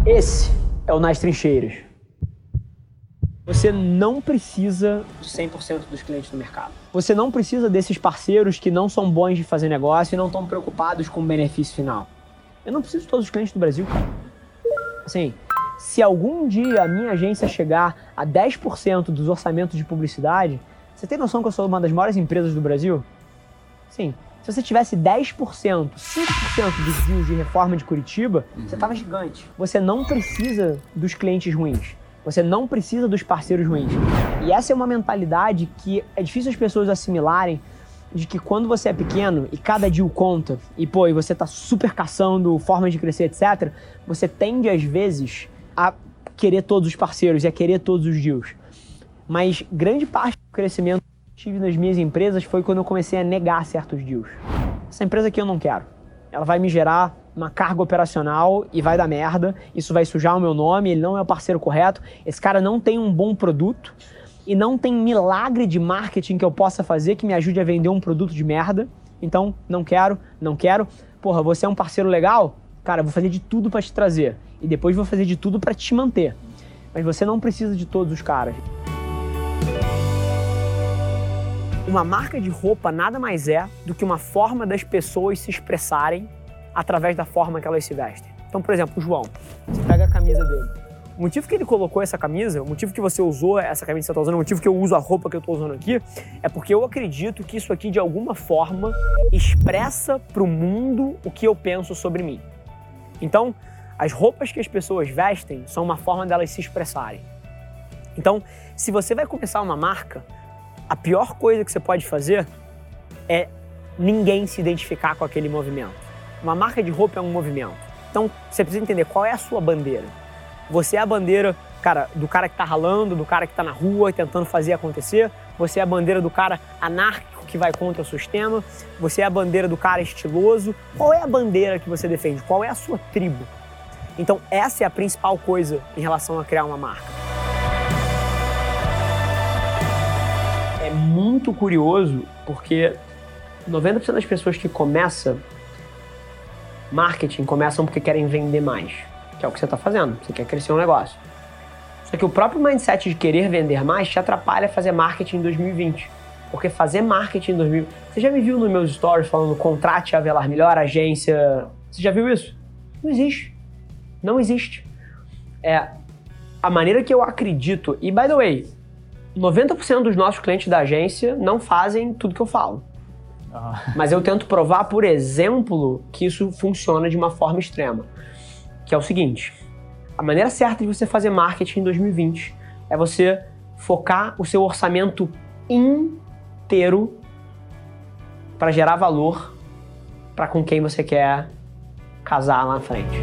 Esse é o Nas Trincheiras. Você não precisa de 100% dos clientes do mercado. Você não precisa desses parceiros que não são bons de fazer negócio e não estão preocupados com o benefício final. Eu não preciso de todos os clientes do Brasil, cara. Assim, se algum dia a minha agência chegar a 10% dos orçamentos de publicidade, você tem noção que eu sou uma das maiores empresas do Brasil? Sim. Se você tivesse 10%, 5% dos deals de reforma de Curitiba, você tava gigante. Você não precisa dos clientes ruins. Você não precisa dos parceiros ruins. E essa é uma mentalidade que é difícil as pessoas assimilarem, de que quando você é pequeno e cada deal conta, e você tá super caçando formas de crescer, etc., você tende, às vezes, a querer todos os parceiros e a querer todos os deals. Mas grande parte do crescimento que eu tive nas minhas empresas foi quando eu comecei a negar certos deals. Essa empresa aqui eu não quero. Ela vai me gerar uma carga operacional e vai dar merda. Isso vai sujar o meu nome, ele não é o parceiro correto. Esse cara não tem um bom produto e não tem milagre de marketing que eu possa fazer que me ajude a vender um produto de merda. Então, não quero. Porra, você é um parceiro legal? Cara, eu vou fazer de tudo pra te trazer. E depois vou fazer de tudo pra te manter. Mas você não precisa de todos os caras. Uma marca de roupa nada mais é do que uma forma das pessoas se expressarem através da forma que elas se vestem. Então, por exemplo, o João, você pega a camisa dele. O motivo que ele colocou essa camisa, o motivo que você usou essa camisa que você está usando, o motivo que eu uso a roupa que eu estou usando aqui, é porque eu acredito que isso aqui, de alguma forma, expressa para o mundo o que eu penso sobre mim. Então, as roupas que as pessoas vestem são uma forma delas se expressarem. Então, se você vai começar uma marca, a pior coisa que você pode fazer é ninguém se identificar com aquele movimento. Uma marca de roupa é um movimento. Então, você precisa entender qual é a sua bandeira. Você é a bandeira, cara, do cara que tá ralando, do cara que tá na rua tentando fazer acontecer. Você é a bandeira do cara anárquico que vai contra o sistema. Você é a bandeira do cara estiloso. Qual é a bandeira que você defende? Qual é a sua tribo? Então, essa é a principal coisa em relação a criar uma marca. É muito curioso porque 90% das pessoas que começam marketing começam porque querem vender mais, que é o que você está fazendo, você quer crescer um negócio. Só que o próprio mindset de querer vender mais te atrapalha a fazer marketing em 2020. Porque fazer marketing em 2020... Você já me viu nos meus stories falando contrate a Avelar Melhor, agência... Você já viu isso? Não existe. Não existe. É a maneira que eu acredito... E, by the way, 90% dos nossos clientes da agência não fazem tudo que eu falo. Mas eu tento provar, por exemplo, que isso funciona de uma forma extrema. Que é o seguinte, a maneira certa de você fazer marketing em 2020 é você focar o seu orçamento inteiro para gerar valor para com quem você quer casar lá na frente.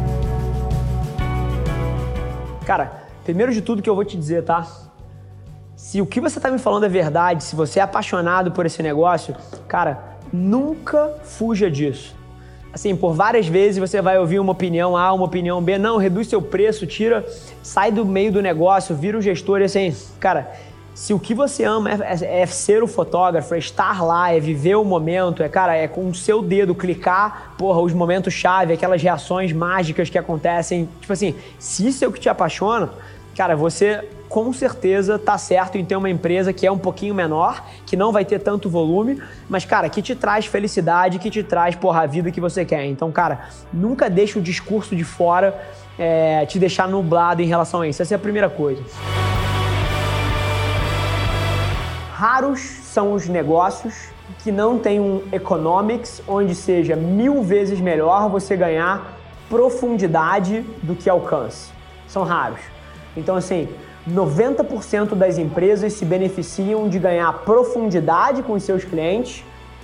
Cara, primeiro de tudo que eu vou te dizer, tá? Se o que você tá me falando é verdade, se você é apaixonado por esse negócio, cara, nunca fuja disso. Assim, por várias vezes você vai ouvir uma opinião A, uma opinião B, não, reduz seu preço, sai do meio do negócio, vira o gestor e assim, cara, se o que você ama é ser o fotógrafo, é estar lá, é viver o momento, é com o seu dedo clicar, os momentos-chave, aquelas reações mágicas que acontecem, tipo assim, se isso é o que te apaixona, cara, você com certeza tá certo em ter uma empresa que é um pouquinho menor, que não vai ter tanto volume, mas, cara, que te traz felicidade, que te traz, a vida que você quer. Então, cara, nunca deixa o discurso de fora te deixar nublado em relação a isso. Essa é a primeira coisa. Raros são os negócios que não têm um economics onde seja 1000 vezes melhor você ganhar profundidade do que alcance. São raros. Então, assim, 90% das empresas se beneficiam de ganhar profundidade com os seus clientes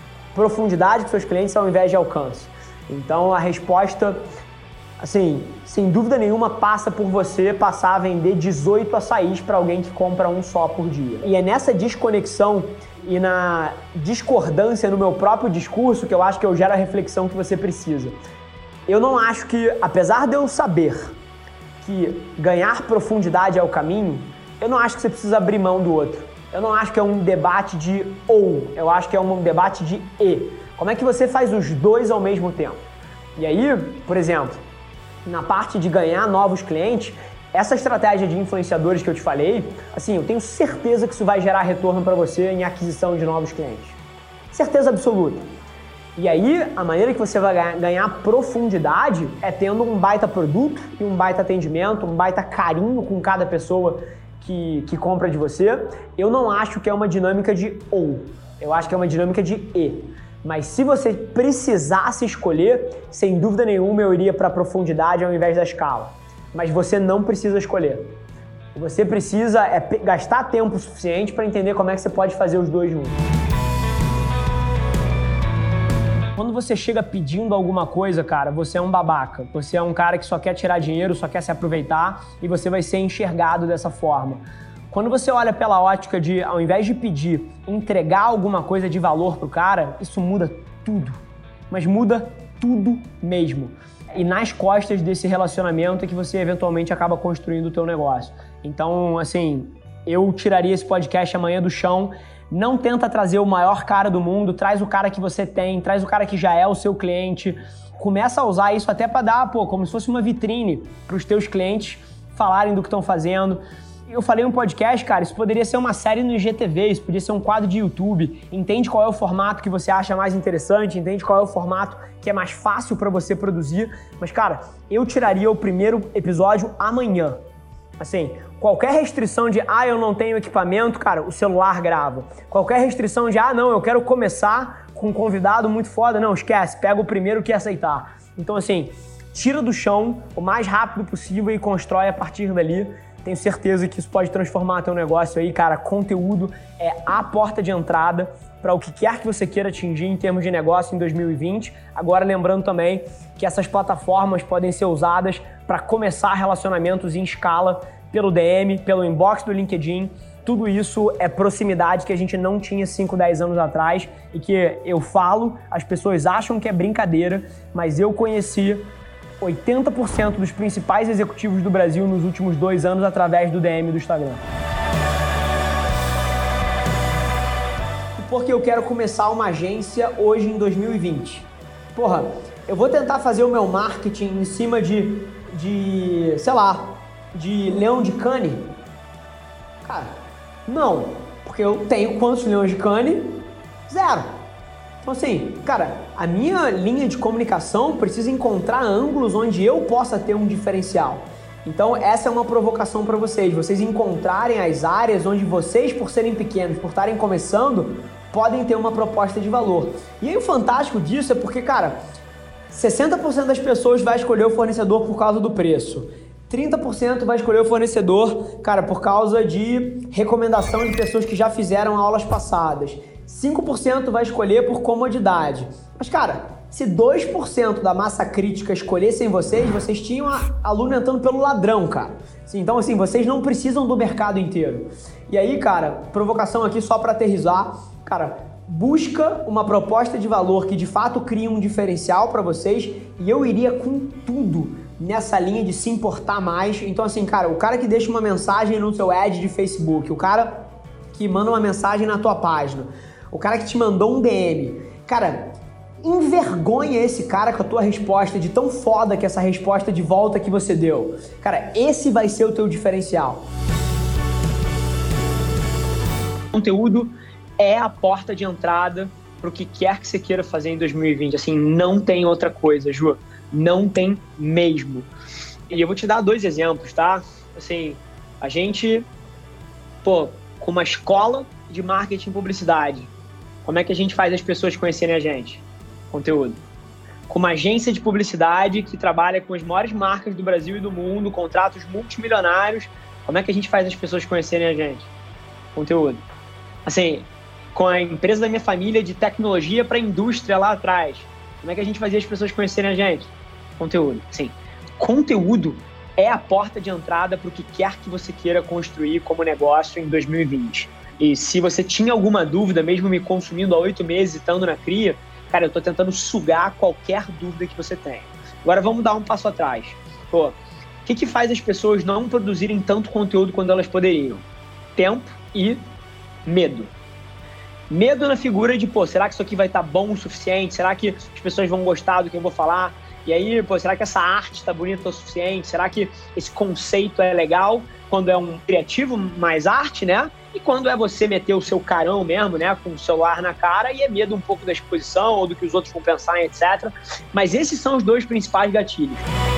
ao invés de alcance. Então, a resposta, assim, sem dúvida nenhuma, passa por você passar a vender 18 açaís para alguém que compra um só por dia. E é nessa desconexão e na discordância no meu próprio discurso que eu acho que eu gero a reflexão que você precisa. Eu não acho que, apesar de eu saber que ganhar profundidade é o caminho, eu não acho que você precisa abrir mão do outro. Eu não acho que é um debate de ou, eu acho que é um debate de e. Como é que você faz os dois ao mesmo tempo? E aí, por exemplo, na parte de ganhar novos clientes, essa estratégia de influenciadores que eu te falei, assim, eu tenho certeza que isso vai gerar retorno para você em aquisição de novos clientes. Certeza absoluta. E aí, a maneira que você vai ganhar profundidade é tendo um baita produto e um baita atendimento, um baita carinho com cada pessoa que compra de você. Eu não acho que é uma dinâmica de ou, eu acho que é uma dinâmica de e. Mas se você precisasse escolher, sem dúvida nenhuma eu iria para a profundidade ao invés da escala. Mas você não precisa escolher. Você precisa gastar tempo suficiente para entender como é que você pode fazer os dois juntos. Quando você chega pedindo alguma coisa, cara, você é um babaca. Você é um cara que só quer tirar dinheiro, só quer se aproveitar e você vai ser enxergado dessa forma. Quando você olha pela ótica de, ao invés de pedir, entregar alguma coisa de valor pro cara, isso muda tudo. Mas muda tudo mesmo. E nas costas desse relacionamento é que você eventualmente acaba construindo o teu negócio. Então, assim, eu tiraria esse podcast amanhã do chão. Não tenta trazer o maior cara do mundo, traz o cara que você tem, traz o cara que já é o seu cliente. Começa a usar isso até para dar, como se fosse uma vitrine para os teus clientes falarem do que estão fazendo. Eu falei um podcast, cara, isso poderia ser uma série no IGTV, isso podia ser um quadro de YouTube. Entende qual é o formato que você acha mais interessante, entende qual é o formato que é mais fácil para você produzir. Mas, cara, eu tiraria o primeiro episódio amanhã. Assim, qualquer restrição de, eu não tenho equipamento, cara, o celular grava. Qualquer restrição de, não, eu quero começar com um convidado muito foda, não, esquece, pega o primeiro que aceitar. Então, assim, tira do chão o mais rápido possível e constrói a partir dali. Tenho certeza que isso pode transformar teu negócio aí, cara. Conteúdo é a porta de entrada para o que quer que você queira atingir em termos de negócio em 2020. Agora, lembrando também que essas plataformas podem ser usadas para começar relacionamentos em escala pelo DM, pelo inbox do LinkedIn. Tudo isso é proximidade que a gente não tinha 5, 10 anos atrás e que eu falo, as pessoas acham que é brincadeira, mas eu conheci 80% dos principais executivos do Brasil nos últimos 2 anos através do DM do Instagram. Porque eu quero começar uma agência hoje em 2020. Eu vou tentar fazer o meu marketing em cima de leão de cane? Cara, não. Porque eu tenho quantos leões de cane? 0. Então assim, cara, a minha linha de comunicação precisa encontrar ângulos onde eu possa ter um diferencial. Então essa é uma provocação para vocês encontrarem as áreas onde vocês, por serem pequenos, por estarem começando, podem ter uma proposta de valor. E aí o fantástico disso é porque, cara, 60% das pessoas vai escolher o fornecedor por causa do preço. 30% vai escolher o fornecedor, cara, por causa de recomendação de pessoas que já fizeram aulas passadas. 5% vai escolher por comodidade. Mas, cara, se 2% da massa crítica escolhessem vocês tinham aluno entrando pelo ladrão, cara. Então, assim, vocês não precisam do mercado inteiro. E aí, cara, provocação aqui só para aterrissar. Cara, busca uma proposta de valor que de fato crie um diferencial para vocês e eu iria com tudo nessa linha de se importar mais. Então, assim, cara, o cara que deixa uma mensagem no seu ad de Facebook, o cara que manda uma mensagem na tua página, o cara que te mandou um DM, cara, envergonha esse cara com a tua resposta, de tão foda que essa resposta de volta que você deu. Cara, esse vai ser o teu diferencial. Conteúdo é a porta de entrada para o que quer que você queira fazer em 2020. Assim, não tem outra coisa, Ju. Não tem mesmo. E eu vou te dar 2 exemplos, tá? Assim, a gente, com uma escola de marketing e publicidade, como é que a gente faz as pessoas conhecerem a gente? Conteúdo. Com uma agência de publicidade que trabalha com as maiores marcas do Brasil e do mundo, contratos multimilionários, como é que a gente faz as pessoas conhecerem a gente? Conteúdo. Assim, com a empresa da minha família de tecnologia para a indústria lá atrás, como é que a gente fazia as pessoas conhecerem a gente? Conteúdo. Sim. Conteúdo é a porta de entrada para o que quer que você queira construir como negócio em 2020. E se você tinha alguma dúvida, mesmo me consumindo há 8 meses e estando na cria, cara, eu estou tentando sugar qualquer dúvida que você tenha. Agora vamos dar um passo atrás. O que faz as pessoas não produzirem tanto conteúdo quando elas poderiam? Tempo e medo. Medo na figura de, será que isso aqui vai estar bom o suficiente? Será que as pessoas vão gostar do que eu vou falar? E aí, será que essa arte está bonita o suficiente? Será que esse conceito é legal? Quando é um criativo, mais arte, né? E quando é você meter o seu carão mesmo, né? Com o celular na cara e é medo um pouco da exposição ou do que os outros vão pensar, etc. Mas esses são os 2 principais gatilhos.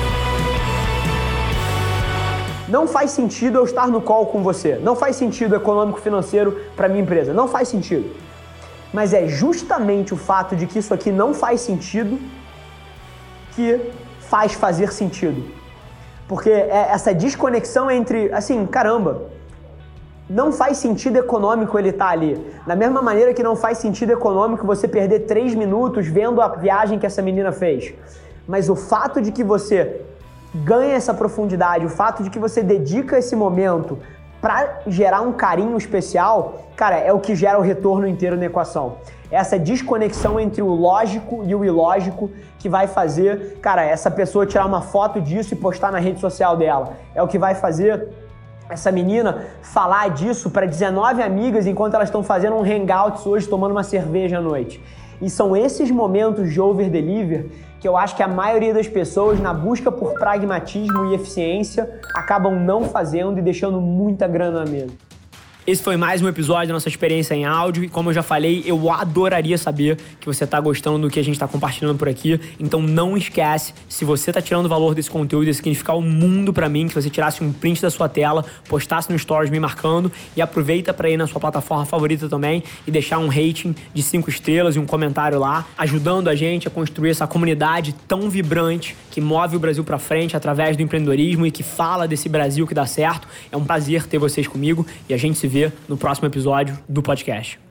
Não faz sentido eu estar no call com você. Não faz sentido econômico-financeiro para minha empresa. Não faz sentido. Mas é justamente o fato de que isso aqui não faz sentido que faz fazer sentido. Porque é essa desconexão entre, assim, caramba, não faz sentido econômico ele estar ali. Da mesma maneira que não faz sentido econômico você perder 3 minutos vendo a viagem que essa menina fez. Mas o fato de que você ganha essa profundidade, o fato de que você dedica esse momento para gerar um carinho especial, cara, é o que gera o retorno inteiro na equação. Essa desconexão entre o lógico e o ilógico que vai fazer, cara, essa pessoa tirar uma foto disso e postar na rede social dela. É o que vai fazer essa menina falar disso para 19 amigas enquanto elas estão fazendo um hangouts hoje, tomando uma cerveja à noite. E são esses momentos de over-deliver que eu acho que a maioria das pessoas, na busca por pragmatismo e eficiência, acabam não fazendo e deixando muita grana na mesa. Esse foi mais um episódio da nossa experiência em áudio e, como eu já falei, eu adoraria saber que você está gostando do que a gente está compartilhando por aqui. Então não esquece, se você está tirando valor desse conteúdo, ia significar o mundo para mim, que você tirasse um print da sua tela, postasse no Stories me marcando e aproveita para ir na sua plataforma favorita também e deixar um rating de 5 estrelas e um comentário lá, ajudando a gente a construir essa comunidade tão vibrante que move o Brasil para frente através do empreendedorismo e que fala desse Brasil que dá certo. É um prazer ter vocês comigo e a gente se vê no próximo episódio do podcast.